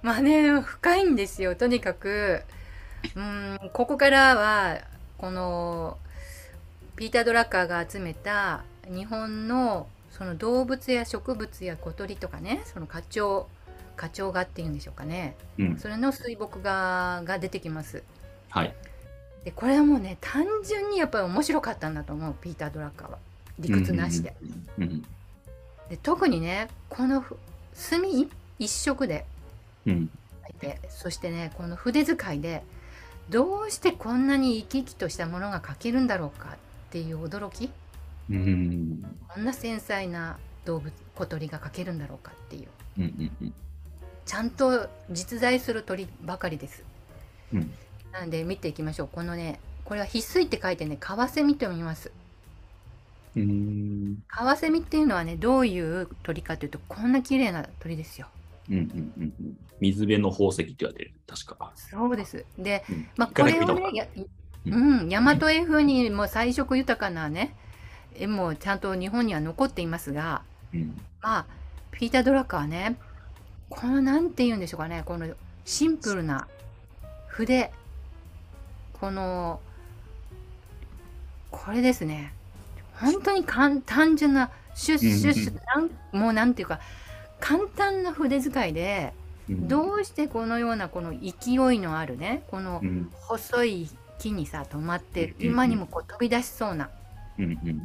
まあね、深いんですよ。とにかく、ここからは、この、ピーター・ドラッカーが集めた日本のその動物や植物や小鳥とかね、その花鳥画っていうんでしょうかね。 うん。 それの水墨画が出てきます。 はい。 で、これはもうね、単純にやっぱり面白かったんだと思う、ピーター・ドラッカーは。理うん。 屈なしで。 うん。うん。 で、特にね、この墨一色でうん。 描いて、そしてね、この筆使いで、どうしてこんなに生き生きとしたものが描けるんだろうかっていう驚き。 うん。 こんな繊細な動物、小鳥が描けるんだろうかっていう。 うん。うん。 ちゃんと実在する鳥ばかりです。 うん。 なので見ていきましょう。このね、これは翡翠って書いてね、カワセミと読みます。 うん。 カワセミっていうのはね、どういう鳥かというと、こんな綺麗な鳥ですよ。 うん。うん。うん。水辺の宝石って言われてる。確か。 そうです。で、 うん。 まあ、 一回これをね、 だけ見たことある。うん。 大和絵風にもう彩色豊かなね、絵もちゃんと日本には残っていますが、 うん。 まあ、ピーター・ドラッカーはね、このなんて言うんでしょうかね、このシンプルな筆、この、これですね。本当に単純な、シュッうん。 シュッシュッ、 うん。 もうなんていうか、簡単な筆使いで、 うん。 どうしてこのようなこの勢いのあるね、このうん。 細い木にさ、止まっうん。 て、今うん。 にもこう飛び出しそうなうん。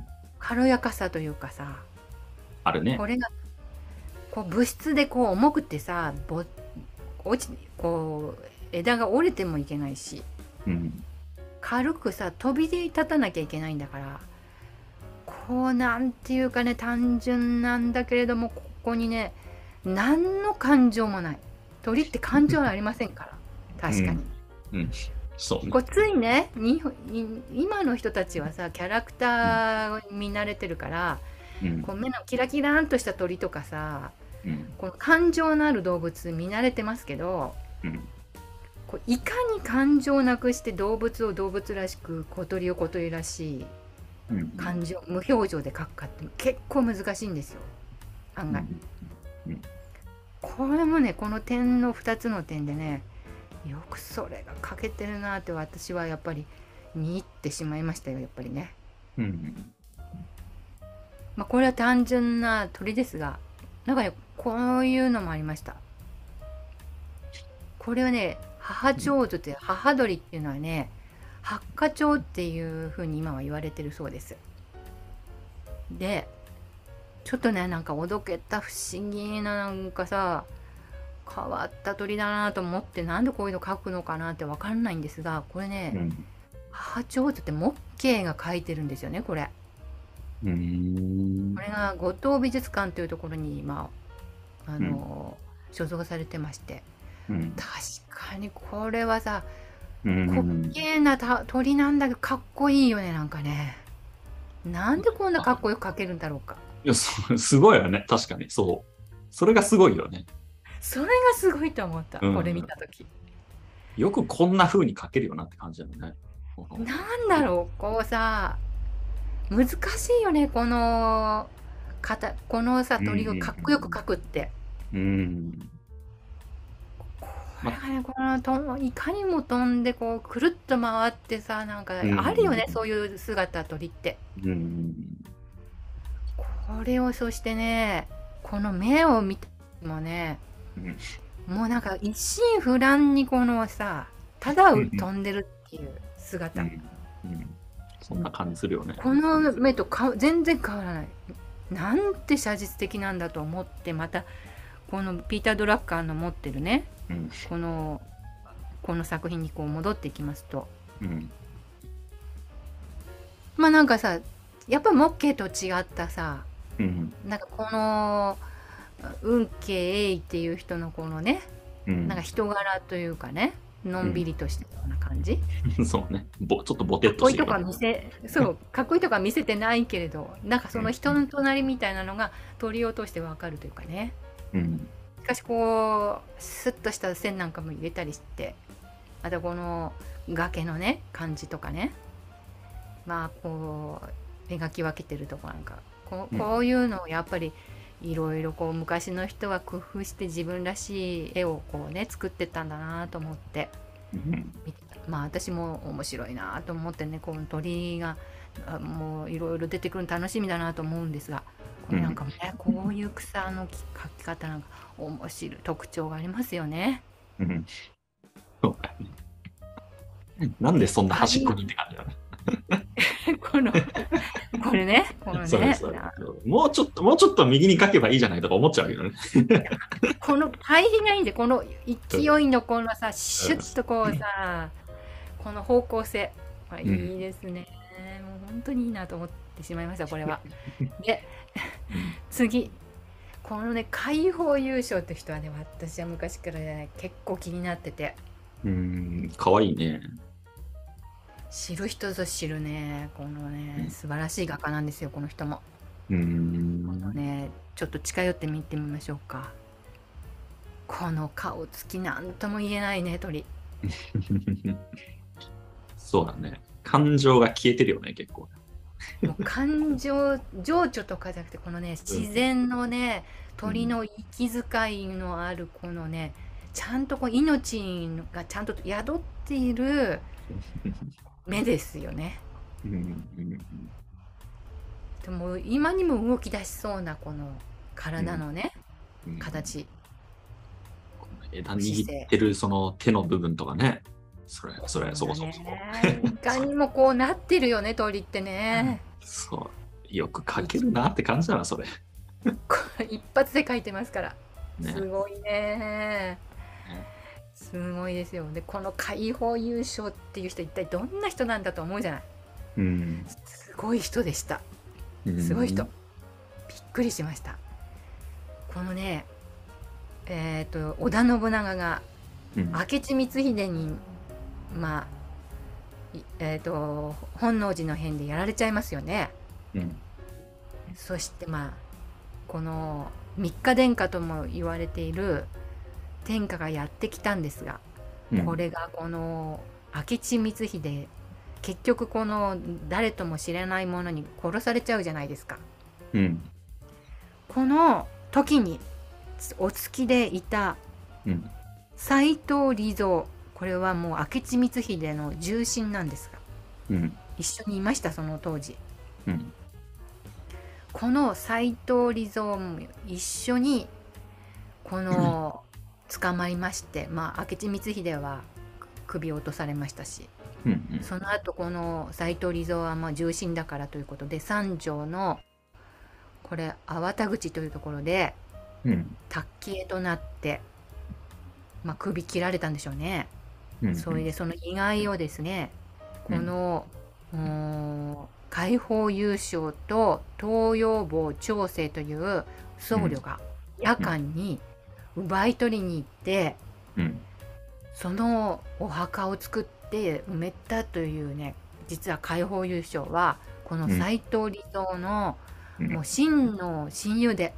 軽やかさというかさ、 あるね。 これがこう物質でこう重くてさ、落ち、こう枝が折れてもいけないし、 うん。 軽くさ、飛びで立たなきゃいけないんだから、こうなんていうかね、単純なんだけれども、ここにね、何の感情もない。鳥って感情はありませんから。確かに。 うん。うん。そうね。 こうついね、今の人たちはさ、キャラクうん。 ター見慣れてるから、 うん。 こう目のキラキラーンとした鳥とかさ、 うん。 この感情のある動物見慣れてますけど、 うん。 こういかに感情をなくして動物を動物らしく、小鳥を小鳥らしいうん。 感情、無表情で描くかって結構難しいんですよ、案外。 うん。うん。 これもね、この点の2つの点でね、よくそれが描けてるなって私はやっぱり見入ってしまいましたよ、やっぱりね。 うん。 まあこれは単純な鳥ですが、なんかね、こういうのもありました。これはね、母うん。 鳥図って母鳥っていうのはね、八花鳥っていう風に今は言われてるそうです。で、ちょっとね、なんかおどけた不思議ななんかさ、変わった鳥だなと思って、なんでこういうの描くのかなってわかんないんですが、これね、 うん。 母鳥図ってモッケイが描いてるんですよね、これ。 うん。 これが五島美術館というところに今、 うん。 所蔵されてまして、 うん。 確かにこれはさ、 う滑ん。 稽な鳥なんだけどかっこいいよね、なんかね。なんでこんなかっこよく描けるんだろうか。 いや、すごいよね。確かに。そう。それがすごいよね。 それがすごいと思った、これ見うん。 た時。 よくこんな風に書けるよなって感じだよね。このなんだろう、こうさ、難しいよね、このさ、 うん。う鳥をかっこよく描ん。 くって。 うん。 これま、 がね、いかにも飛んで、こう、くるっと回ってさ、なんか、 うあるよね、 ん。 そういう姿、鳥って。 うん。 これを、そしてね、この目を見てもね、 うん。 もうなんか一心不乱にこのさ、ただうん。 飛んでるっていう姿。 うん。うん。そんな感じするよね。 この目と全然変わらない。なんて写実的なんだと思って、また、このピーター・ドラッカーの持ってるね、 うん。 この、この作品にこう戻っていきますと、 うん。 まあなんかさ、やっぱモッケと違ったさ、 うん。 なんかこの、運慶栄っていう人のこのね、 うん。 なんか人柄というかね、のんびうん。 りとしたような感じ。 そうね。ちょっとボテかっっとこいいとかしてるよね。 そう、かっこいいとか見せてないけれど、なんかそのうん。 人の隣みたいなのが鳥を通してわかるというかね。 うん。 しかしこう、スッとした線なんかも入れたりして、またこの崖のね、感じとかね。まあこう、描き分けてるとこなんか、 うん。 こういうのをやっぱりいろいろこう昔の人は工夫して自分らしい絵をこうね作ってたんだなと思ってうん見てた。まあ私も面白いなと思ってね、この鳥がもういろいろ出てくるの楽しみだなと思うんですが、これなんかね、こういう草の描き方なんか面白い特徴がありますよね。 うん。そうだね。なんででそんな端っこにって感じだね。 このこれね、このね、 そうです。もうちょっと右に書けばいいじゃないとか思っちゃうけどね。 この対比がいいんで、この勢いのこのさ、シュッとこうさ、この方向性、いいですね。もう本当にいいなと思ってしまいました、これは。で、次。このね、解放優勝って人はね、私は昔からね、結構気になってて、 かわいいね。 知る人ぞ知るね、このね、素晴らしい画家なんですよ、この人も。 うん。 ね、ちょっと近寄って見てみましょうか。この顔つきなんとも言えないね、鳥。 そうだね。感情が消えてるよね、結構。 もう感情、情緒とかじゃなくて、このね、自然のね、鳥の息遣いのある、このね、ちゃんとこう命がちゃんと宿っている目ですよね。でも今にも動き出しそうなこの体のね、形、 枝握ってるその手の部分とかね。それ、そうそうそう。 いかにもこうなってるよね、鳥ってね。 そう。よく描けるなって感じだな、それ。 一発で描いてますから。 ね。 すごいね。すごいですよ。で、この解放優勝っていう人、一体どんな人なんだと思うじゃない。すごい人でした。すごい人。びっくりしました。このね、織田信長が明智光秀に、まあ、本能寺の変でやられちゃいますよね。そしてまあこの三日殿下とも言われている天下がやってきたんですが、これがこの明智光秀、結局この誰とも知らない者に殺されちゃうじゃないですか。この時にお付きでいた斎藤利三、これはもう明智光秀の重臣なんですが、一緒にいました、その当時。この斎藤利三も一緒にこの捕まりまして、まあ明智光秀は首を落とされましたし、その後この斎藤利三はまあ重臣だからということで、三条のこれ粟田口というところで滝消えとなって、まあ、首切られたんでしょうね。それでその意外をですね、この解放優勝と東洋坊長生という僧侶が夜間に奪い取りに行って、そのお墓を作って埋めたというね、実は解放優勝はこの斎藤利三のもう真の親友で、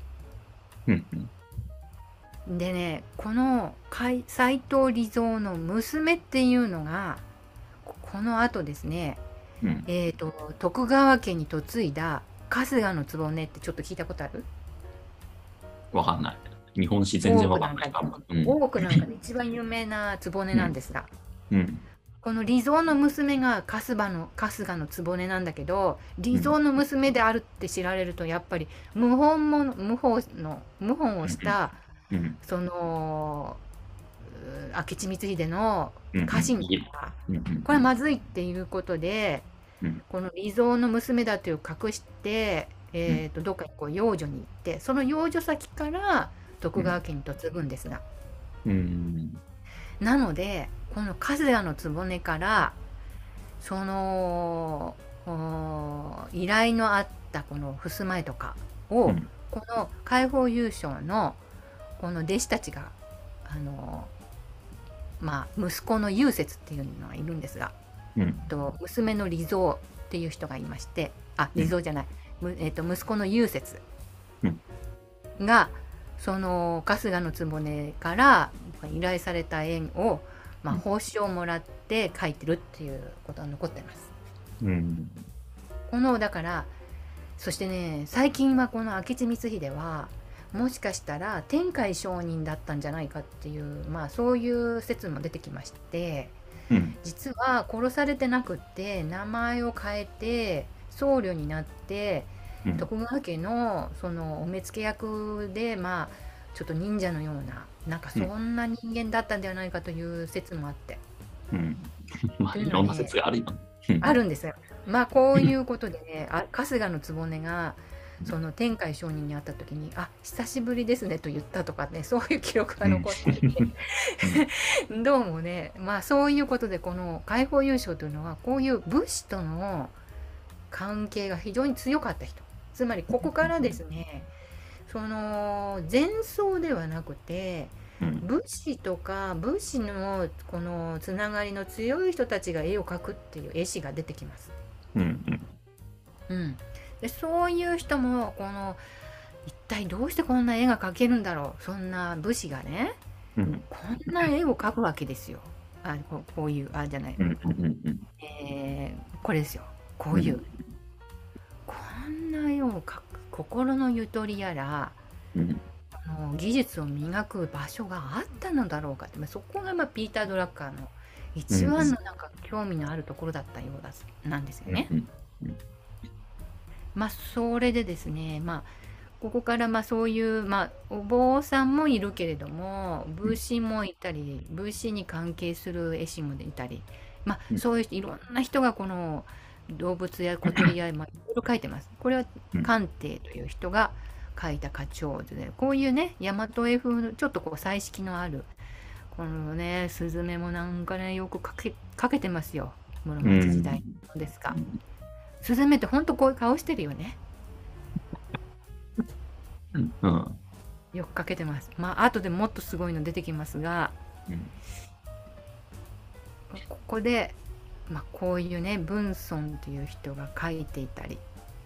でね、この斎藤利三の娘っていうのがこの後ですね、徳川家に嫁いだ春日の局ってちょっと聞いたことある？ わかんない。日本史全然わかんない。 大奥なんかで一番有名な局なんですが、この利三の娘が春日の局なんだけど、利三の娘であるって知られるとやっぱり謀反をしたその明智光秀の家臣がこれはまずいっていうことで、この利三の娘だという隠して、どっかにこう養女に行って、その養女先から徳川家に嫁ぐんですが、なのでこの春日の局からその依頼のあったこの襖絵とかを、この解放優勝のこの弟子たちがまあ息子の祐節っていうのがいるんですが、娘の利三っていう人がいまして、利三じゃない、息子の祐節がその春日の局から依頼された絵を、まあ、報酬をもらって描いてるっていうことが残ってます。このだからそしてね、最近はこの明智光秀はもしかしたら天海上人だったんじゃないかっていう、まあそういう説も出てきまして、 うん。 実は殺されてなくって名前を変えて僧侶になってうん。 徳川家のそのお目付け役で、まあちょっと忍者のような、なんかうん。 そんな人間だったんではないかという説もあって、 うん。まあ、 といういろんなのはね、 説があるよね。うん。 あるんですよ。まあこういうことでね、春日局がその天海上人に会った時に「あ、久しぶりですね」と言ったとかね、そういう記録がうん。 残っていて、 うん。 どうもね、まあそういうことで、この解放優勝というのはこういう武士との関係が非常に強かった人、つまりここからですね、その前奏ではなくて、 うん。 武士とか武士のこのつながりの強い人たちが絵を描くっていう絵師が出てきます。 うん。 うん、でそういう人もこの一体どうしてこんな絵が描けるんだろう、そんな武士がね、 うん。 こんな絵を描くわけですよ。こういうじゃない、 うん。うん。 これですよ、こうん。 ういうこんな絵を描く心のゆとりやらうん。 技術を磨く場所があったのだろうかって、まあ、そこがまあピーター・ドラッカーの一うん。 番のなんか興味のあるところだったようだなんですよね。 うん。 まあそれでですね、まあここからまあそういう、まあ、お坊さんもいるけれども武士もいたり、武士に関係する絵師もいたり、まあそういういろんな人がこの動物や小鳥や、まあ、いろいろ描いてます。これは鑑定という人が描いた花鳥図で、こういうね大和絵風のちょっとこう彩色のあるこのねスズメもなんかねよく描けてますよ、室う町時代ん。 ですか。スズメってほんとこういう顔してるよね。 うん。うん。 よく描けてます。まあ後でもっとすごいの出てきますが、ここで、まあ、こういうね文尊という人が描いていたり、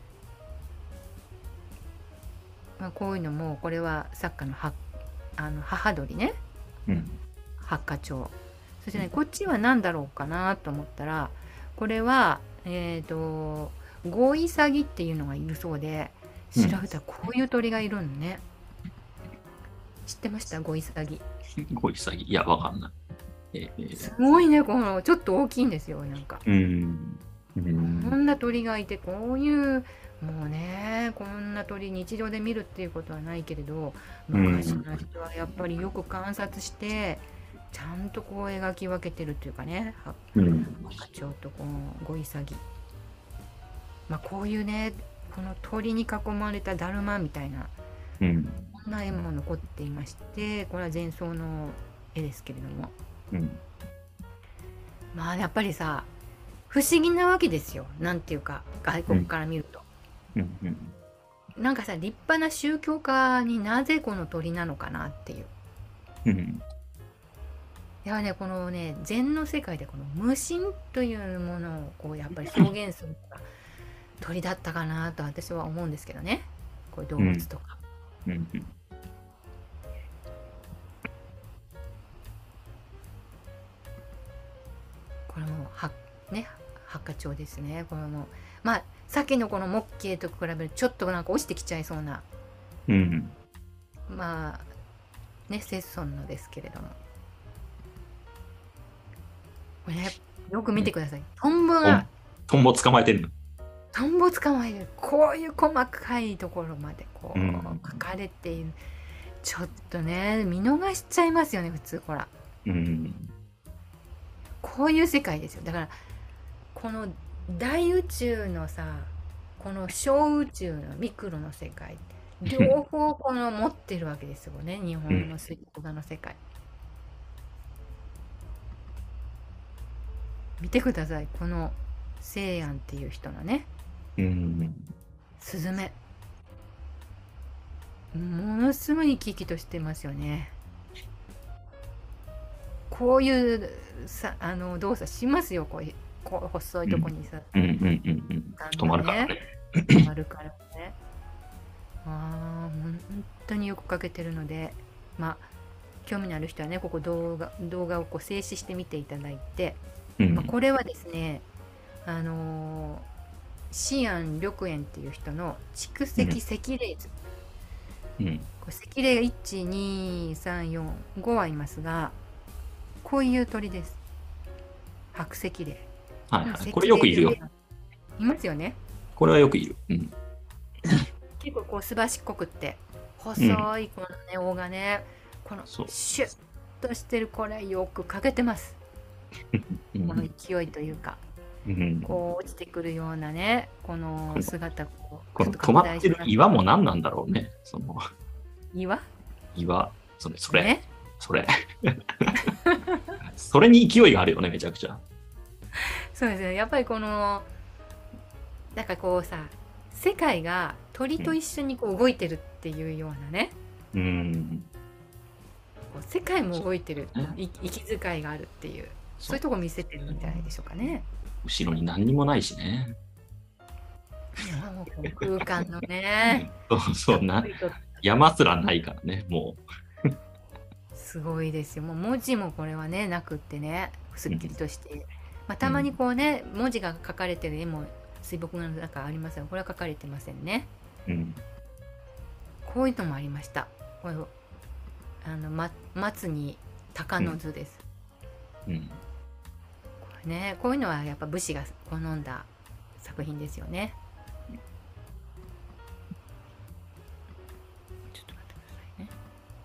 まあ、こういうのもこれは作家の母鳥ね、 うん。 八花鳥。そしてねこっちは何だろうかなと思ったら、これはゴイサギっていうのがいるそうで、 うん。 調べたらこういう鳥がいるのね。知ってました？ゴイサギ。 こういう詐欺。いや、わかんない。 すごいね、このちょっと大きいんですよ、なんか。 うん。うん。 こんな鳥がいて、こういう、もうね、こんな鳥日常で見るっていうことはないけれど、 うん。 昔の人はやっぱりよく観察してちゃんとこう描き分けてるっていうかね、 うん。 白鳥とこのゴイサギ、まあ、こういうねこの鳥に囲まれただるまみたいな、 うん。 こんな絵も残っていまして、これは前奏の絵ですけれども、 うん。 まあやっぱりさ不思議なわけですよ、なんていうか外国うん。 から見ると。 うん。 なんかさ、立派な宗教家になぜこの鳥なのかなっていう。 うん。 いやね、このね、禅の世界でこの無心というものをこうやっぱり表現するのが鳥だったかなと私は思うんですけどね。こういう動うん。 物とか。 うん。 これもね、八花鳥ですね。これもまあさっきのこのモッケイと比べるとちょっとなんか落ちてきちゃいそうな、 うん。 まあね、節尊のですけれども。これね、よく見てください。トンボが、 トンボ捕まえてんの。 トンボ捕まえる。こういう細かいところまでこうん。 う書かれている。ちょっとね、見逃しちゃいますよね、普通。ほら。 うん。 こういう世界ですよ。だから、この大宇宙のさ、この小宇宙のミクロの世界、両方この持ってるわけですよね、日うん。 本の水墨画の世界。見てください。この西安っていう人のね、 うん。 スズメ。ものすごい生き生きとしてますよね。こういうさ動作しますよ、こう細いうん。 とこにさ、 うん。うん。うん。止まるからね、 ね。 止まるからね。本当によく描けてるので、まあ興味のある人はね、ここ動画をこう静止して見ていただいて、まあ、 うん。 これはですね、あのシアン緑園っていう人の蓄積積霊図、 うん。 これ積霊が12345はいますが、こういう鳥です。白積霊。 はいはい。これよくいるよ。 いますよね。 これはよくいる。うん。 結構こうすばしっこくって細いこのね尾がね、このシュッとしてる、これよくかけてます。この勢いというか、こう落ちてくるようなね、この姿、 この止まってる岩も何なんだろうね。その岩、 それ、ね、それそれに勢いがあるよね、めちゃくちゃ。 そうですね。やっぱりこのなんかこうさ、世界が鳥と一緒にこう動いてるっていうようなね、こう世界も動いてる、息遣いがあるっていう、そういうとこ見せてるんじゃないでしょうかね。 後ろに何にもないしね。 もう空間のねそうな、山すらないからね、もうすごいですよ。もう文字もこれはねなくってね、すっきりとして、まあ、たまにこうね、文字が書かれてる絵も水墨画の中ありますが、これは書かれてませんね。こういうのもありました。これ松に鷹の図です。これね、こういうのはやっぱ武士が好んだ作品ですよね。ちょっと待ってくださいね。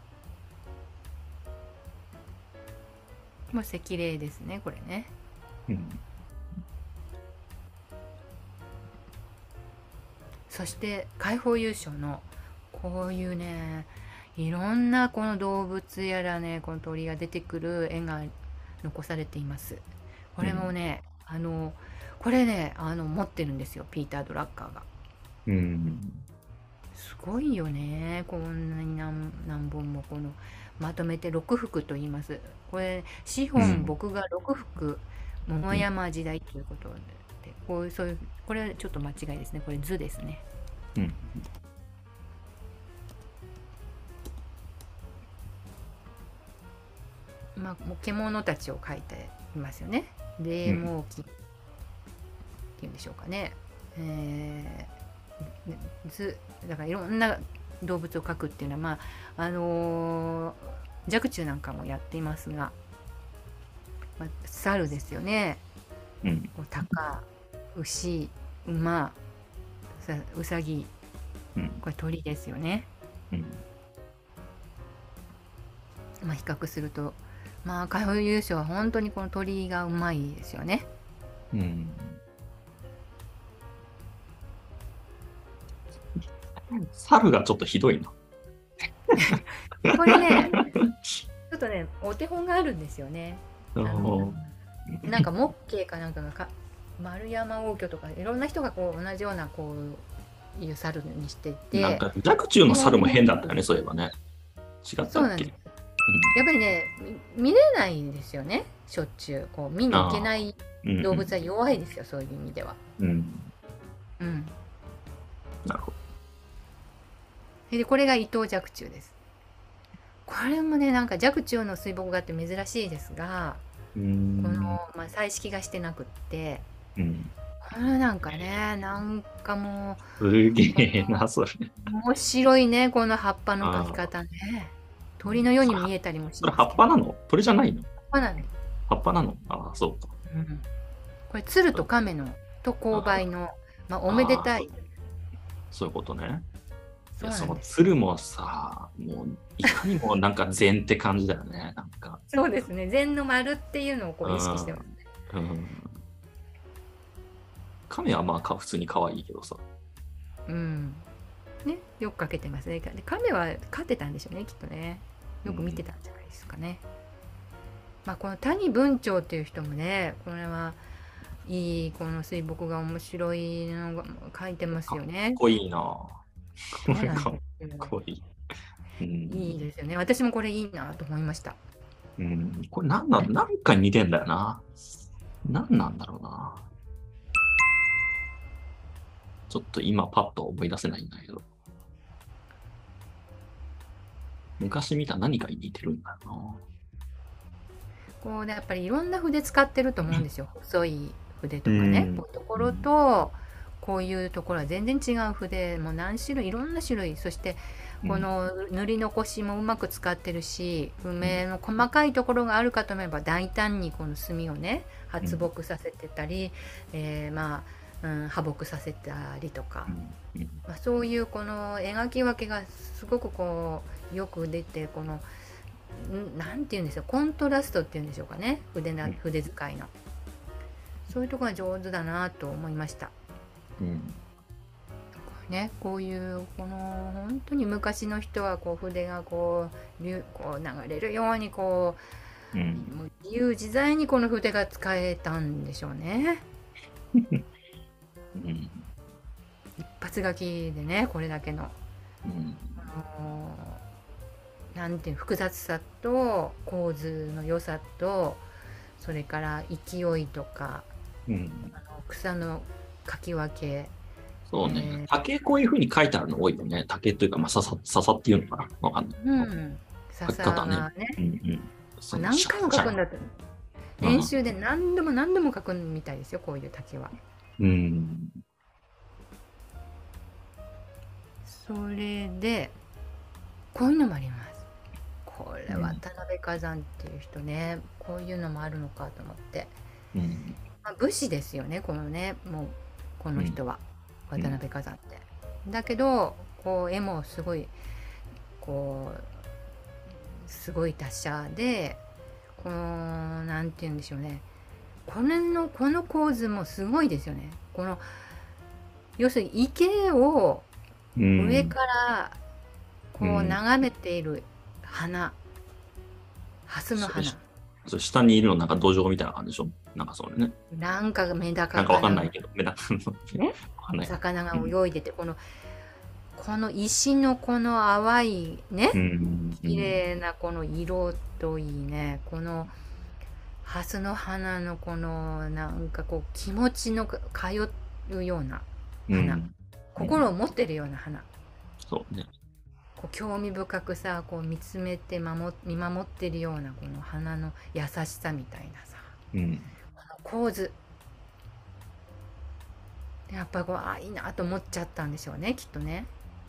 もう積霊ですね、これね。そして解放優勝のこういうね、いろんなこの動物やらね、この鳥が出てくる絵が残されています。これもね、これね、持ってるんですよ、ピーター・ドラッカーが。すごいよね。こんなに何本もこのまとめて6幅と言います。これ資本僕が6幅、桃山時代ということで、そういう、これはちょっと間違いですね。これ図ですね。まあ、もう獣たちを描いていますよね。霊毛記っていうんでしょうかね。図だからいろんな動物を描くっていうのは、まあ若冲なんかもやっていますが、まあ、猿ですよね。鷹、牛、馬、うさぎ、これ鳥ですよね。まあ比較すると、まあ解放優勝は本当にこの鳥がうまいですよね。 猿がちょっとひどいな。 これね、ちょっとね、お手本があるんですよね。なんかモッケーかなんかが丸山応挙とかいろんな人がこう同じようなこういう猿にしていて、 なんか若冲の猿も変だったよね、そういえばね。違ったっけ？ そうなんです。やっぱりね、見れないんですよね、しょっちゅう。こう見に行けない動物は弱いですよ、そういう意味では。 なるほど。でこれが伊藤若冲です。これもね、なんか若冲の水墨画って珍しいですが、この、まあ、彩色がしてなくって、これなんかね、なんかもうすげえな、それ面白いね、この葉っぱの描き方ね。鳥のように見えたりもします。 それ葉っぱなの？鳥じゃないの？ 葉っぱなの。 葉っぱなの？ああ、そうか。 これ鶴と亀のと勾配の、まあ、おめでたい。 そういうことね。その鶴もさ、もういかにもなんか禅って感じだよね。なんかそうですね、禅の丸っていうのをこう意識してますね。 亀はまあ普通に可愛いけどさ。 ね、よく描けてますね。で亀は飼ってたんでしょうね、きっとね。よく見てたんじゃないですかね。まあこの谷文鳥っていう人もね、これはいい、この水墨が面白いのが描いてますよね。 かっこいいな。かっこいい。 いいですよね。私もこれいいなと思いました。 これなんか似てんだよな。何なんだろうな。ちょっと今パッと思い出せないんだけど。昔見た何かに似てるんだよな。 こうね、やっぱりいろんな筆使ってると思うんですよ。細い筆とかね。こういうところと、 こういうところは全然違う筆もう何種類いろんな種類、そしてこの塗り残しもうまく使ってるし、梅の細かいところがあるかと思えば大胆にこの墨をね発木させてたり、破木させたりとか、そういうこの描き分けがすごくこうよく出て、このなんて言うんでしょう、コントラストっていうんでしょうかね、筆使いのそういうところが上手だなと思いました。ね、こういうこの本当に昔の人はこう筆がこう流れるようにこう、もう自由自在にこの筆が使えたんでしょうね。一発書きでね、これだけの、なんていう複雑さと構図の良さと、それから勢いとか、草の書き分け。 そうね。竹こういう風に書いてあるの多いよね。竹というか、笹っていうのかな、わかんない。 笹がね。何回も書くんだって。練習で何度も何度も書くみたいですよ、こういう竹は。それでこういうのもあります。これ渡辺崋山っていう人ね、こういうのもあるのかと思って、武士ですよね、このね、もうこの人は、渡辺崋山って。だけどこう絵もすごいこうすごい達者で、このなんて言うんでしょうね、この構図もすごいですよね。この要するに池を上からこう眺めている花、蓮の花。 下にいるのなんか土壌みたいな感じでしょ。なんかそれね。 なんかメダカなんかわかんないけど、メダカの魚が泳いでて、この石のこの淡いね、綺麗なこの色といいね、この蓮の花のこのなんかこう気持ちの通うような花、心を持ってるような花、 そうね、 こう興味深くさこう見つめて見守ってるようなこの花の優しさみたいなさ、この構図やっぱりこういいなと思っちゃったんでしょうね、きっとね。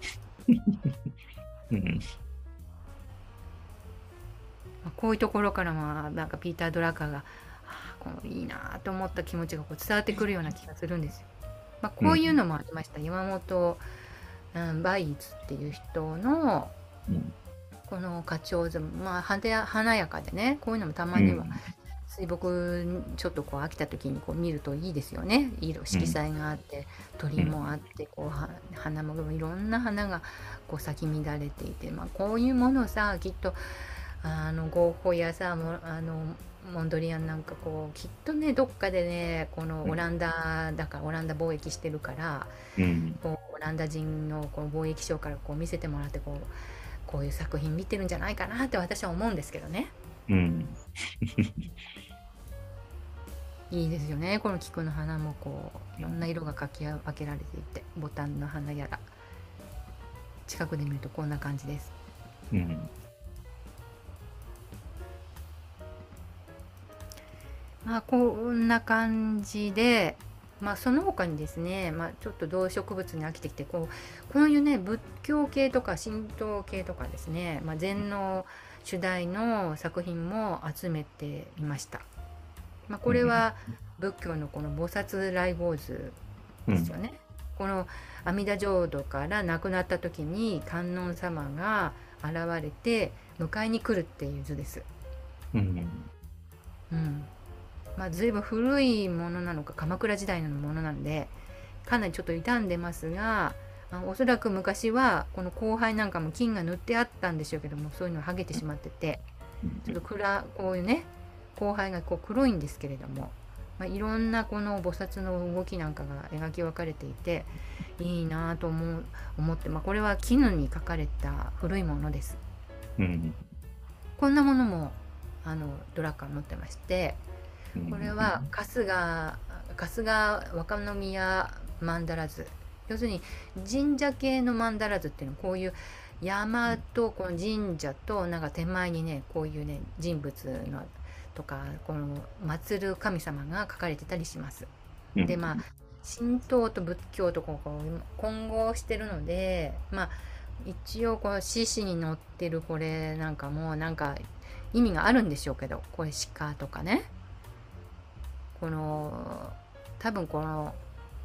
こういうところからなんかピーター・ドラッカーがこのいいなと思った気持ちがこう伝わってくるような気がするんですよ。こういうのもありました。山本バイツっていう人のこの花鳥図、華やかでね、こういうのもたまには水墨ちょっとこう飽きた時にこう見るといいですよね。色彩があって鳥もあってこう花もいろんな花がこう咲き乱れていて、こういうものをさきっとゴッホやさモンドリアンなんかこうきっとねどっかでねこのオランダだからオランダ貿易してるから、こうオランダ人のこの貿易商からこう見せてもらってこういう作品見てるんじゃないかなって私は思うんですけどね。いいですよね、この菊の花もこういろんな色がかき分けられていて、ボタンの花やら近くで見るとこんな感じです。こんな感じで、その他にですね、ちょっと動植物に飽きてきてこういうね仏教系とか神道系とかですね、禅の主題の作品も集めてみました。これは仏教のこの菩薩来訪図ですよね。この阿弥陀浄土から亡くなった時に観音様が現れて迎えに来るっていう図です。随分古いものなのか鎌倉時代のものなんでかなりちょっと傷んでますが、おそらく昔はこの光背なんかも金が塗ってあったんでしょうけども、そういうのは剥げてしまっててちょっとこういうね光背がこう黒いんですけれども、いろんなこの菩薩の動きなんかが描き分かれていていいなと思って、これは絹に描かれた古いものです。こんなものもドラッカー持ってまして、これは春日若宮曼荼羅図、要するに神社系の曼荼羅図っていうのはこういう山とこの神社となんか手前にねこういうね人物のとかこの祀る神様が書かれてたりします。で神道と仏教とこう混合してるので、まあ一応こう獅子に乗ってるこれなんかもなんか意味があるんでしょうけど、これ鹿とかね、この多分この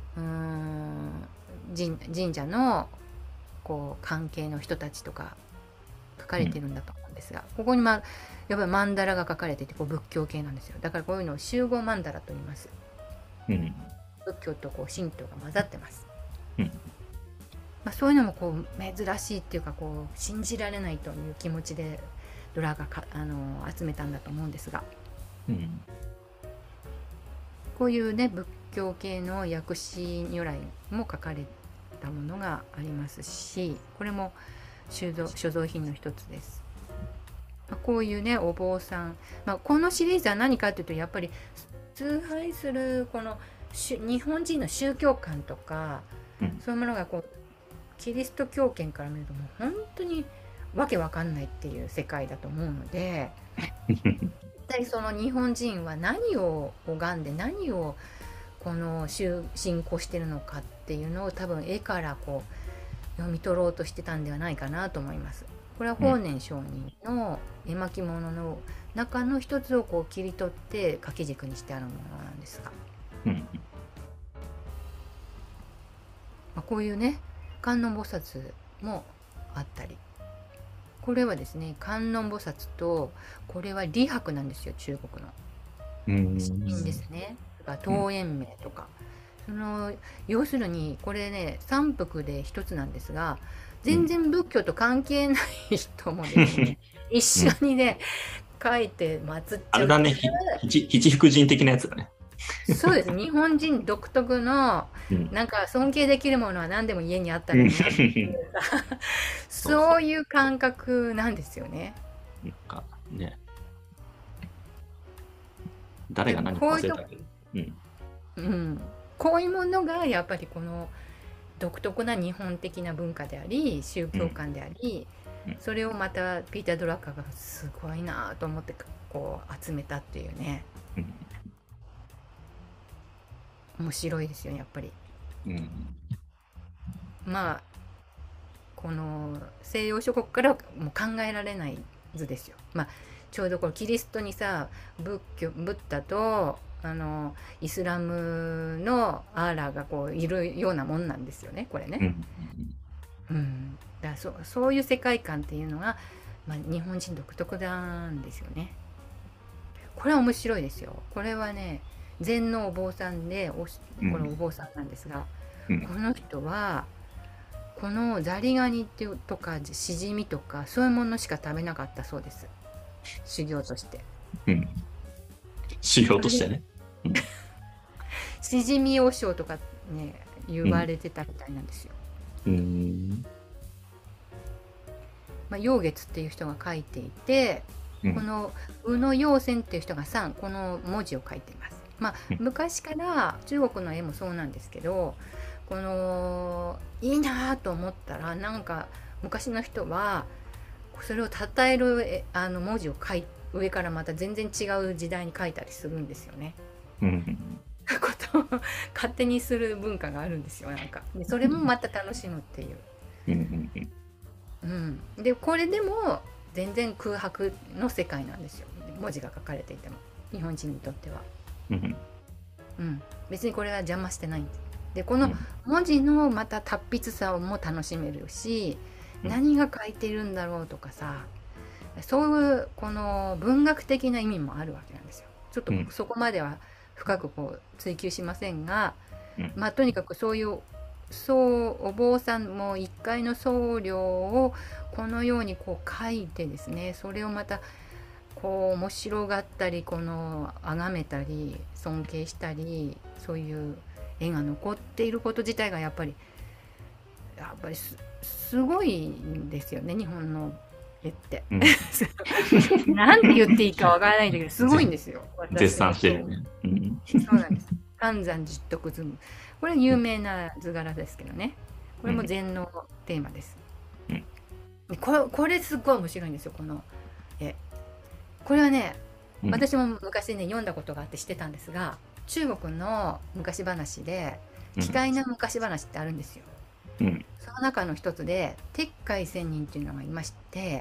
神社のこう関係の人たちとか書かれてるんだと思うんですが、ここにやっぱり曼荼羅が書かれてて、こう仏教系なんですよ。だからこういうのを集合曼荼羅と言います。 うん。 仏教とこう神道が混ざってます。 うん。 まあ、そういうのもこう珍しいっていうか、こう信じられないという気持ちでドラが集めたんだと思うんですが、 うん。 こういうね仏教系の薬師如来も書かれたものがありますし、これも所蔵品の一つです。まあ、こういうねお坊さん、まあ、このシリーズは何かというと、やっぱり崇拝するこの日本人の宗教観とか、 うん。 そういうものがこうキリスト教圏から見るともう本当にわけわかんないっていう世界だと思うので、一体その日本人は何を拝んで何をこの信仰してるのかっていうのを多分絵からこう読み取ろうとしてたんではないかなと思います。これは法然上人の絵巻物の中の一つをこう切り取って掛け軸にしてあるものなんですが、 うん。 まあ、こういうね観音菩薩もあったり、これはですね観音菩薩と、これは李白なんですよ、中国の詩人ですね。桃園名とか、その要するにこれね三幅で一つなんですが、全然仏教と関係ない人もですね、一緒にね書いて祀っちゃう。 あれだね、七福神的なやつだね。 そうです。日本人独特のなんか尊敬できるものは何でも家にあったらいいなっていうそういう感覚なんですよね。 なんかね、誰が何か忘れたけど。 うん、こういうものがやっぱりこの独特な日本的な文化であり宗教観であり、それをまたピーター・ドラッカーがすごいなと思ってこう集めたっていうね、面白いですよねやっぱり。まあこの西洋諸国からもう考えられない図ですよ。まあちょうどこのキリストにさ、ブッダとイスラムのアーラーがこういるようなもんなんですよね、これね。だからそういう世界観っていうのが、まあ、日本人独特なんですよね。これは面白いですよ。これはね禅のお坊さんでこのお坊さんなんですが、この人はこのザリガニっていうとかシジミとかそういうものしか食べなかったそうです、修行として。 修行としてね。 シジミ和尚とかね言われてたみたいなんですよ。まあ、陽月っていう人が書いていて、この宇野陽泉っていう人が3この文字を書いています。まあ昔から中国の絵もそうなんですけど、このいいなと思ったらなんか昔の人はそれを称える文字を上からまた全然違う時代に書いたりするんですよね。ことを勝手にする文化があるんですよ、なんか。でそれもまた楽しむっていう。でこれでも全然空白の世界なんですよ、文字が書かれていても日本人にとっては。別にこれは邪魔してないんです。でこの文字のまた達筆さも楽しめるし、何が書いてるんだろうとかさ、そういうこの文学的な意味もあるわけなんですよ。ちょっとそこまでは深くこう追求しませんが、まあとにかくそういうお坊さんも一回の僧侶をこのようにこう書いてですね、それをまたこう面白がったりこの崇めたり尊敬したり、そういう絵が残っていること自体がやっぱりすごいんですよね、日本の絵って。なんて言っていいかわからないんだけどすごいんですよ。 絶賛してるね。 そうなんです。寒山十徳図夢、これは有名な図柄ですけどね、これも禅のテーマです。これすっごい面白いんですよ、この絵。これはね、私も昔ね読んだことがあって知ってたんですが、中国の昔話で奇怪な昔話ってあるんですよ。 うん。 その中の一つで鉄海仙人っていうのがいまして、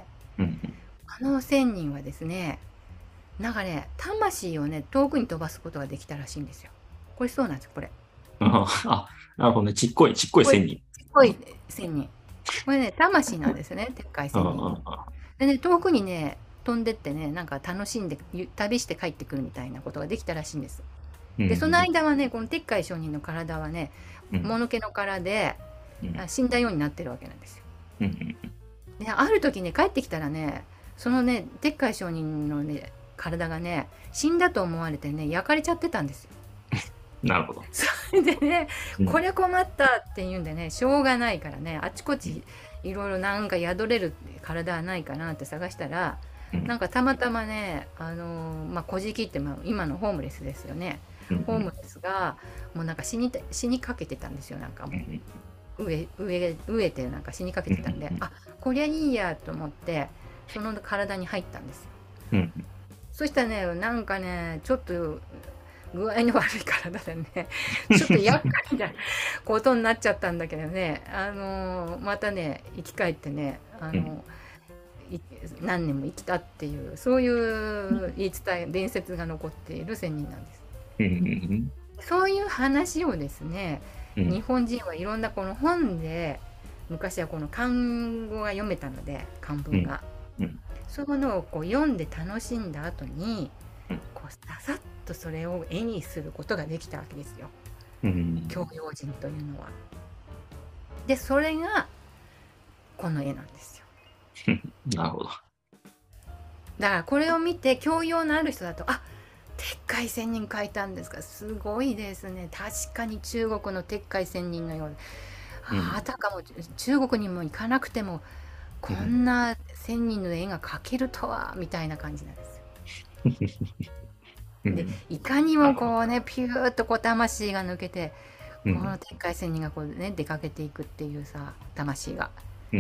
うん。 あの仙人はですね、なんかね、魂をね、遠くに飛ばすことができたらしいんですよ。これそうなんですよ、これ。 あ、なるほどね。ちっこいこれ、ちっ仙人。 こい仙人。これね、魂なんですよね、鉄海うん。 仙人の。 うん。 でね、遠くにね、飛んでってね、なんか楽しんで、旅して帰ってくるみたいなことができたらしいんです。で、そのうん。 間はね、この鉄海上人の体はね、 うん。 もぬけの殻で、 うん。 死んだようになってるわけなんですよ。 うん。 で、ある時ね、帰ってきたらね、そのね、鉄海上人のね、体がね、死んだと思われてね、焼かれちゃってたんですよ。 なるほど。 それでね、 うん。 これ困ったって言うんでね、しょうがないからね、あちこちいろいろなんか宿れる体はないかなって探したら、 うん。 なんかたまたまね、まあ、小じって、まあ、今のホームレスですよね。 うん。 ホームレスが、もうなんか死にかけてたんですよ、なんかもうん。 う。飢えてなんか死にかけてたんで、あ、こりゃいいやと思って、その体に入ったんですよ。 うん。 そしたらね、なんかね、ちょっと具合の悪い体でね、ちょっと厄介なことになっちゃったんだけどね、またね、生き返ってね、 うん。 い何年も生きたっていう、そういう言い伝え、伝説が残っている仙人なんです。 うん。 そういう話をですね、 うん。 日本人はいろんなこの本で、昔はこの漢語が読めたので、漢うん。 文が。 うん。 そういうのをこう読んで楽しんだ後に、 うん。 こうささっとそれを絵にすることができたわけですよ。 うん。 教養人というのは。で、それがこの絵なんですよ。 なるほど。 だからこれを見て教養のある人だと、あ、鉄海仙人描いたんですか、すごいですね、確かに中国の鉄海仙人のようで、 うん。 あたかも中国にも行かなくてもこうん。 んな仙人の絵が描けるとはみたいな感じなんですよ。で、 うん。 いかにもなるほど。 こうね、ピューッとこう魂が抜けて、このうん。 鉄海仙人がこうね、出かけていくっていうさ、魂が。 うん。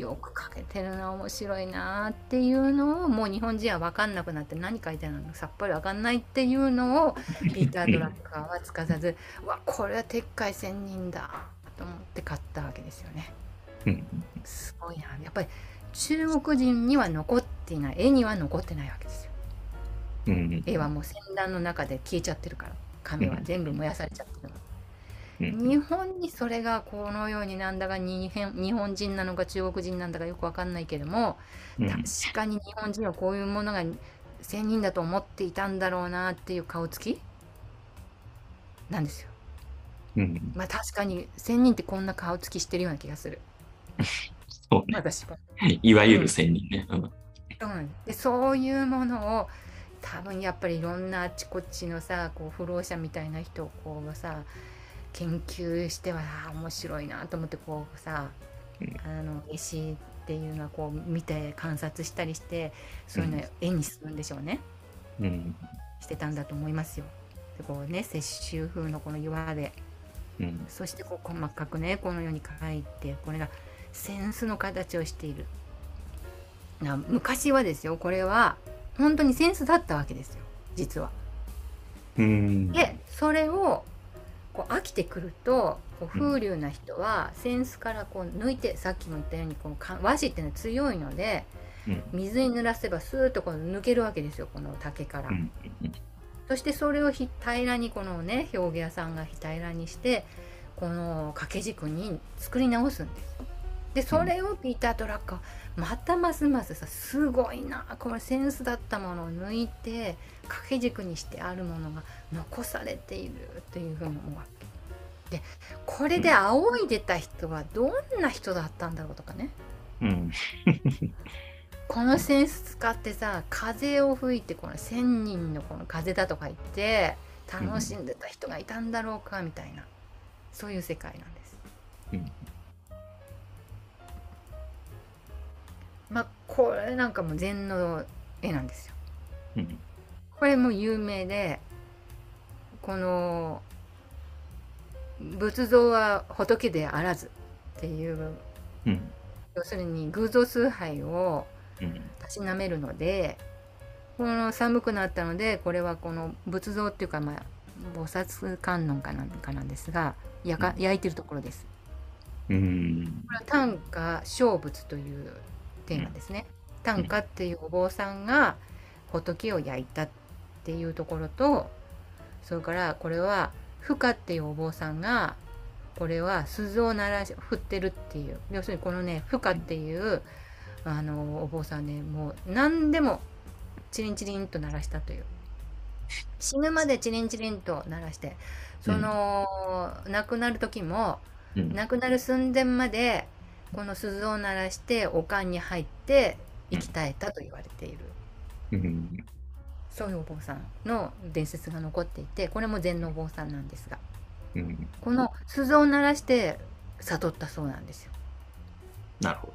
よく描けてるな、面白いなっていうのを、もう日本人は分かんなくなって、何書いてあるのさっぱり分かんないっていうのを、ピーター・ドラッカーはつかさず、うわ、これは鉄海仙人だと思って買ったわけですよね。 うん。 すごいな。やっぱり中国人には残っていない、絵には残ってないわけですよ。 うん。 絵はもう戦乱の中で消えちゃってるから、紙は全部燃やされちゃってるの。 うん。 日本にそれがこのように、なんだか日本人なのか中国人なんだかよくわかんないけども、確うん。 かに日本人はこういうものが仙人だと思っていたんだろうなっていう顔つきなんですよ。 うん。 まあ確かに仙人ってこんな顔つきしてるような気がする。 そうね。 私は。 いわゆるうん。 仙人ね。うん。 そうなんです。で、そういうものを多分やっぱりいろんなあちこちのさ、こう不老者みたいな人をこうさ、研究しては面白いなと思ってこうさ、絵師っていうのはこう見て観察したりして、そういうのをうん。 絵にするんでしょうね。 うん。 してたんだと思いますよ。でこうね、雪舟風のこの岩で、 うん。 そしてこう細かくね、このように描いて、これが扇子の形をしている。昔はですよ、これは本当に扇子だったわけですよ、実は。 うん。 でそれをこう飽きてくると、こううん。 風流な人は扇子からこう抜いて、さっきも言ったようにこの和紙っていうのは強いので、 うん。 水に濡らせばスーッとこう抜けるわけですよ、この竹から。 うん。 そしてそれを平らに、このね、表現屋さんが平らにして、この掛け軸に作り直すんです。でそれをピーター・ドラッカーまたますますさ、すごいな、これセンスだったものを抜いて掛け軸にしてあるものが残されているっていうふうに思うわけで、これで仰いでた人はどんな人だったんだろうとかね。 うん。 このセンス使ってさ、風を吹いて、この千人のこの風だとか言って楽しんでた人がいたんだろうかみたいな、そういう世界なんです。 うん。 まあこれなんかも禅の絵なんですよ。 うん。 これも有名で、この仏像は仏であらずっていう、 うん。 要するに偶像崇拝をうん。 たしなめるので、この寒くなったので、これはこの仏像っていうか、まあ菩薩観音かなんかなんですが、焼いてるところです。 うん。 これは短歌勝仏というテーマですね。短歌っていうお坊さんが仏を焼いたっていうところと、それからこれは負荷っていうお坊さんがこれは鈴を振ってるっていう、要するにこのね負荷っていうお坊さんね、もう何でもチリンチリンと鳴らしたという、死ぬまでチリンチリンと鳴らして、その亡くなる時も、亡くなる寸前までこの鈴を鳴らしてお棺に入って生き絶えたと言われている、そういうお坊さんの伝説が残っていて、これも禅のお坊さんなんですが、この鈴を鳴らして悟ったそうなんですよ。 なるほど。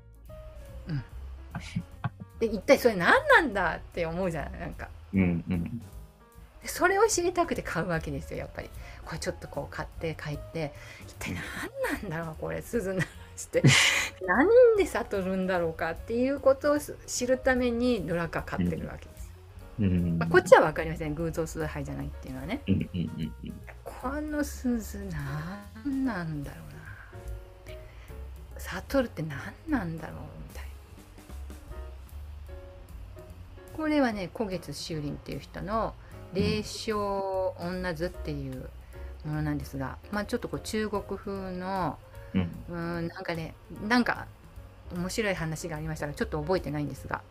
で一体それ何なんだって思うじゃない、なんか。それを知りたくて買うわけですよ、やっぱり。これちょっとこう買って帰って、一体何なんだろうこれ、鈴鳴らして何で悟るんだろうかっていうことを知るためにドラッカー買ってるわけです。こっちは分かりません、偶像崇拝じゃないっていうのはね。この鈴何なんだろうな、悟るって何なんだろうみたいな。これはね、古月宗林っていう人の霊障女図っていうものなんですが、ちょっとこう中国風の、なんかね、なんか面白い話がありましたが、ちょっと覚えてないんですが、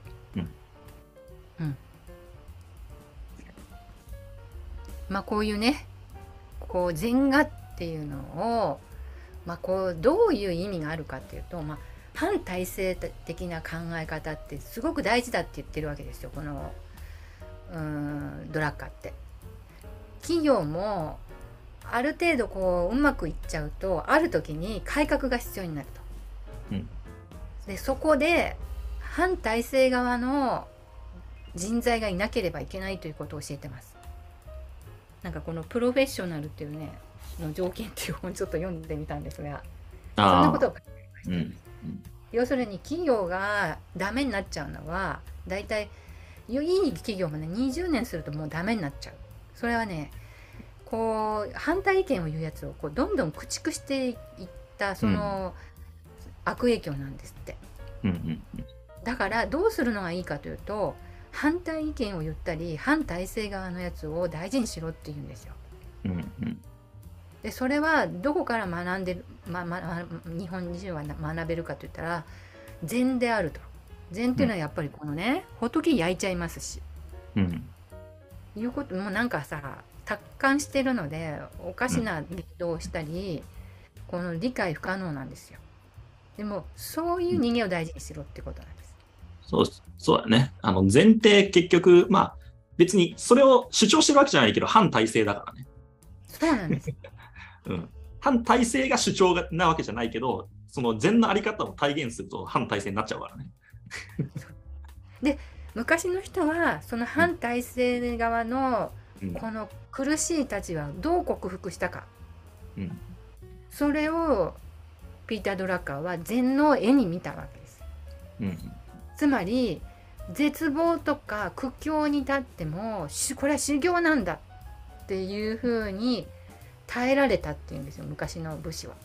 こういうね、こう禅画っていうのを、こうどういう意味があるかっていうと、反体制的な考え方ってすごく大事だって言ってるわけですよ、このドラッカーって。企業もある程度こううまくいっちゃうと、ある時に改革が必要になると、でそこで反体制側の人材がいなければいけないということを教えてます。なんかこのプロフェッショナルっていうねの条件っていう本ちょっと読んでみたんですが、そんなことを書いてありました。要するに企業がダメになっちゃうのは、だいたいいい企業もね20年するともうダメになっちゃう。それはね、こう反対意見を言うやつをこうどんどん駆逐していったその悪影響なんですって。だからどうするのがいいかというと、反対意見を言ったり反体制側のやつを大事にしろって言うんですよ。でそれはどこから学んでる、日本人は学べるかといったら禅であると。禅っていうのはやっぱりこのね、仏焼いちゃいますし、いうこともなんかさ達観してるのでおかしな言動をしたり、この理解不可能なんですよ。でもそういう人間を大事にしろってことなんです。 そうだね。前提結局、別にそれを主張してるわけじゃないけど、反体制だからね。 そうなんです。 反体制が主張なわけじゃないけど、その禅のあり方を体現すると反体制になっちゃうからね。 で、昔の人はその反体制側のこの苦しい立場をどう克服したか、それをピーター・ドラッカーは禅の絵に見たわけです。つまり絶望とか苦境に立ってもこれは修行なんだっていうふうに耐えられたっていうんですよ、昔の武士は。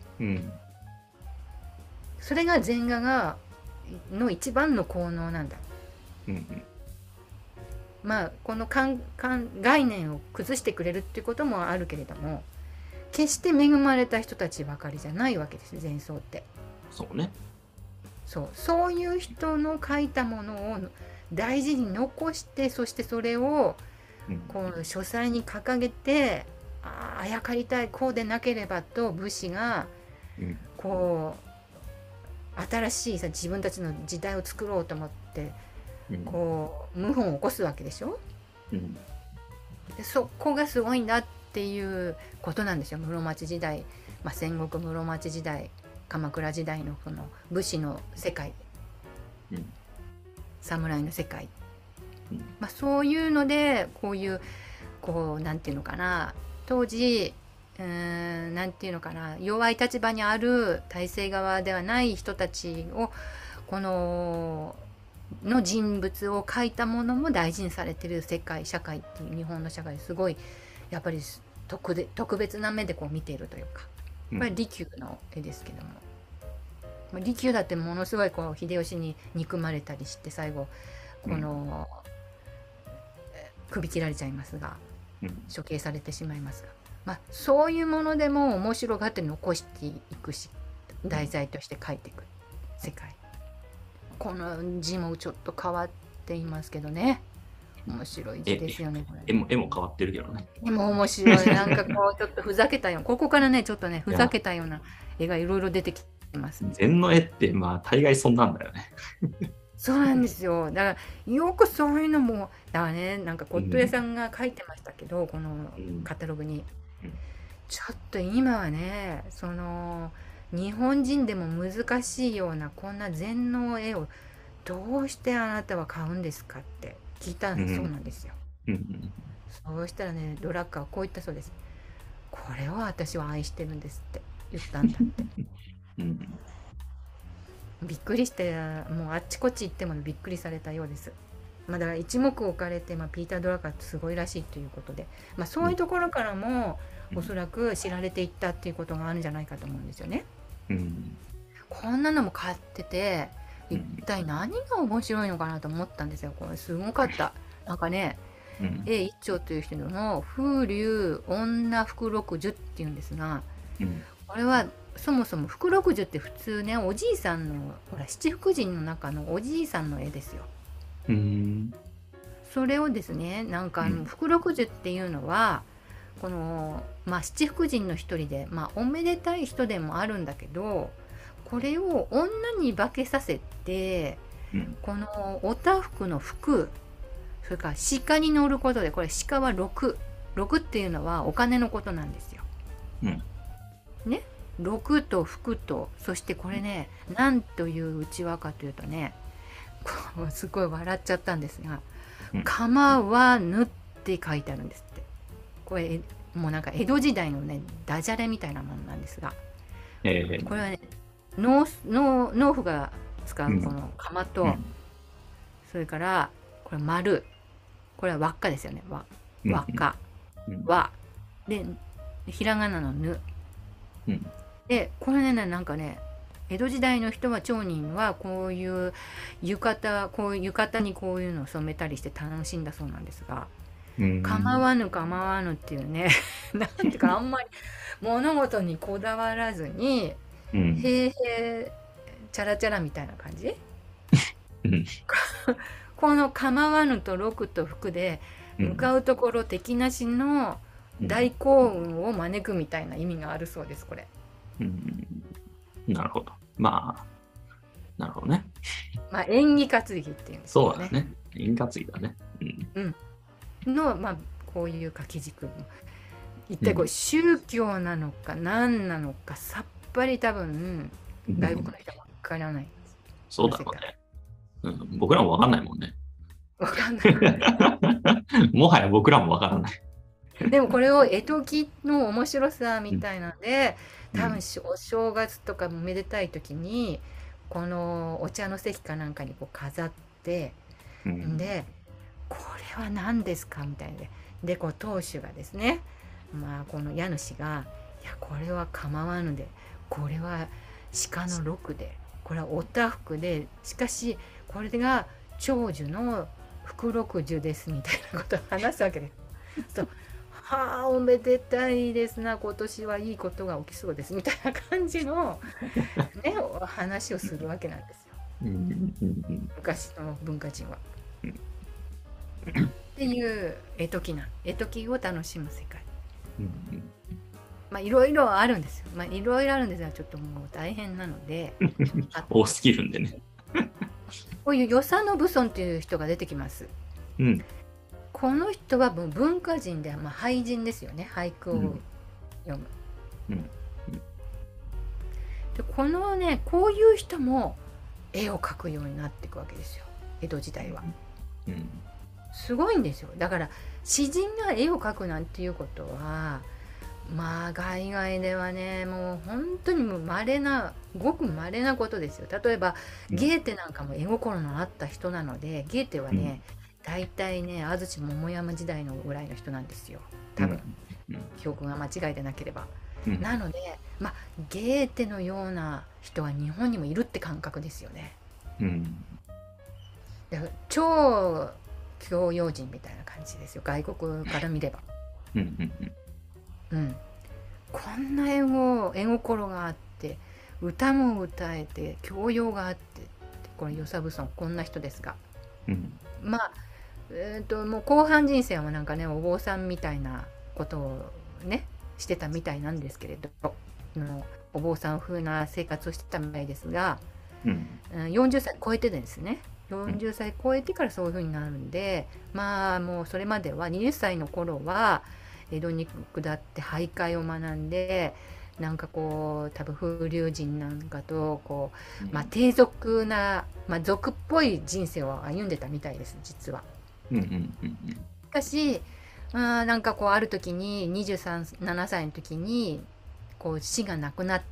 それが禅画の一番の効能なんだ。この概念を崩してくれるっていうこともあるけれども、決して恵まれた人たちばかりじゃないわけです、禅僧って。 そうね。 そういう人の書いたものを大事に残して、そしてそれをこう書斎に掲げて、あやかりたい、こうでなければと武士がこう新しい自分たちの時代を作ろうと思ってこう謀反を起こすわけでしょ。でそこがすごいんだっていうことなんですよ。室町時代、戦国室町時代、鎌倉時代のこの武士の世界、侍の世界、そういうのでこういうなんていうのかな、当時なんていうのかな、弱い立場にある体制側ではない人たちをこの人物を描いたものも大事にされてる世界社会っていう日本の社会すごいやっぱり特別な目でこう見ているというか、 うん。 これ利休の絵ですけども、まあ利休だってものすごいこう秀吉に憎まれたりして最後こうん。 の首切られちゃいますが、 うん。 処刑されてしまいますが、まあ、そういうものでも面白がって残していくし、 うん。 題材として描いていく世界。この字もちょっと変わっていますけどね、面白い字絵、 ですよねこれ。 絵も変わってるけどね。 でも面白い、なんかこうちょっとふざけたような、ここからねちょっとねふざいや、 けたような絵がいろいろ出てきます。 禅の絵って、まあ、大概そんなんだよね。 そうなんですよ。だからよくそういうのも、だからね、なんか骨董屋うん。 さんが書いてましたけど、このうん。 カタログに。 うん。 ちょっと今はね、その日本人でも難しいようなこんな禅の絵をどうしてあなたは買うんですかって聞いたそううん。 なんですよ。 うん。 そうしたらね、ドラッカーはこう言ったそうです。これを私は愛してるんですって言ったんだって。 うん。 びっくりして、もうあっちこっち行ってもびっくりされたようです。まあ、だから一目置かれて、まあ、ピーター・ドラッカーってすごいらしいということで、まあ、そういうところからもうん。 おそらく知られていったっていうことがあるんじゃないかと思うんですよね。 うん。 こんなのも買ってて、一うん。 体何が面白いのかなと思ったんですよ。これすごかった。なんかね、 うん。 A 一丁という人の風流女福禄寿っていうんですが、 うん。 これはそもそも福禄寿って普通ね、おじいさんの、ほら七福神の中のおじいさんの絵ですよ。 うん。 それをですね、なんかうん。 福禄寿っていうのはこの、まあ、七福神の一人で、まあ、おめでたい人でもあるんだけど、これを女に化けさせて、 うん。 このおたふくの服、それから鹿に乗ることで、これ鹿は6っていうのはお金のことなんですよ。 うん。 ね、6と服と、そしてこれね、なんという内輪かというとね、すごい笑っちゃったんですが、 うん。 構わぬって書いてあるんですって。これもうなんか江戸時代のねダジャレみたいなものなんですが、これはね、農夫が使うん。 うこの釜と、 うん。 それからこれ丸、これは輪っかですよね。 うん。 輪っか、 うん。 輪で、ひらがなのぬうん。 で、これね、なんかね、江戸時代の人は町人はこういう浴衣にこういうのを染めたりして楽しんだそうなんですが、 うん。 構わぬ構わぬっていうね、なんていうかあんまり物事にこだわらずに、 うん。 平々チャラチャラみたいな感じ。 うん。 この構わぬと禄と福で向うん。 かうところ敵なしのうん。 大幸運を招くみたいな意味があるそうです、これ。 うん。なるほど。まあ、なるほどね。 まあ縁起担ぎっていうんですけどね。 そうだね。円滑ぎだね。うん。 うん。の、まあ、こういう掛け軸。一体これうん。 宗教なのか何なのかさっぱり多分外国うん。 の人はわからないです。こそうの世界。 だろうね。うん。僕らもわかんないもんね。 わかんない。 もはや僕らもわからない。 でもこれを絵解きの面白さみうん。 たいなんで、多分うん。 お正月とかめでたい時にこのお茶の席かなんかにこう飾って、 うん。 でこれは何ですかみたいで、でこう当主がですね、まあこの家主がいやこれは構わぬで、これは鹿の禄で、これはおたふくで、しかしこれが長寿の福禄寿ですみたいなことを話すわけです。そう、はあおめでたいですな、今年はいいことが起きそうですみたいな感じのねお話をするわけなんですよ、 うん。うん。 昔の文化人は。 うん。 っていう絵解きを楽しむ世界。 うん。 まあいろいろあるんですよ。まあいろいろあるんですがちょっともう大変なので、あ、 多すぎるんでね。 こういう与謝野武尊っていう人が出てきます。 うん。 この人はもう文化人で、まあ、俳人ですよね、俳句をうん。 読む。 うん。 でこのねこういう人も絵を描くようになっていくわけですよ、江戸時代は。 うん。 すごいんですよ。だから詩人が絵を描くなんていうことは、まあ海外ではねもう本当にもう稀な、ごく稀なことですよ。例えばうん。 ゲーテなんかも絵心のあった人なので、ゲーテはうん。 ね大体ね安土桃山時代のぐらいの人なんですよ多分、記憶が間違いでなければ。なのでまあゲーテのような人は日本にもいるって感覚ですよね。で超教養人みたいな感じですよ外国から見れば。こんな絵心があって歌も歌えて教養があって、これ与謝蕪村こんな人ですが、まあもう後半人生はなんかねお坊さんみたいなことをねしてたみたいなんですけれど、お坊さん風な生活をしてたみたいですが、40歳超えてですね、40歳超えてからそういう風になるんで、まあもうそれまでは20歳の頃は江戸に下って俳諧を学んで、なんかこう多分風流人なんかとこう、低俗な、俗っぽい人生を歩んでたみたいです実は。しかしなんかこうある時に27歳の時にこう死がなくなって、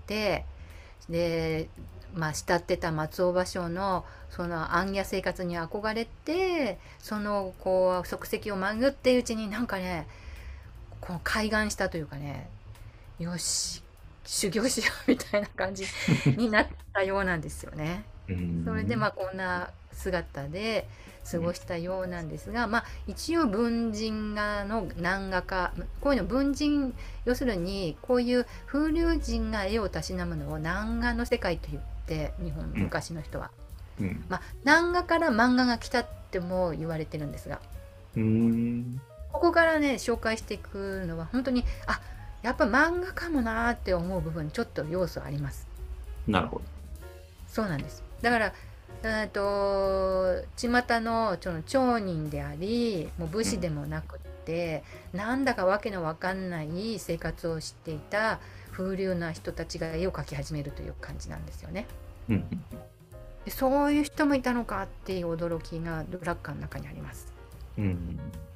で慕ってた松尾芭蕉のその暗夜生活に憧れて、そのこう足跡を巡っているうちになんかねこう開眼したというかね、よし修行しようみたいな感じになったようなんですよね。それでこんな姿で過ごしたようなんですが、一応文人画の南画家、こういうの文人、要するにこういう風流人が絵をたしなむのを南画の世界と言って、日本昔の人は、南画から漫画が来たっても言われてるんですが、ここからね紹介していくのは本当にやっぱ漫画かもなーって思う部分ちょっと要素あります。 なるほど。 そうなんです。だから巷のその町人であり、もう武士でもなくって、なんだかわけのわかんない生活をしていた風流な人たちが絵を描き始めるという感じなんですよね。でそういう人もいたのかっていう驚きがドラッカーの中にあります。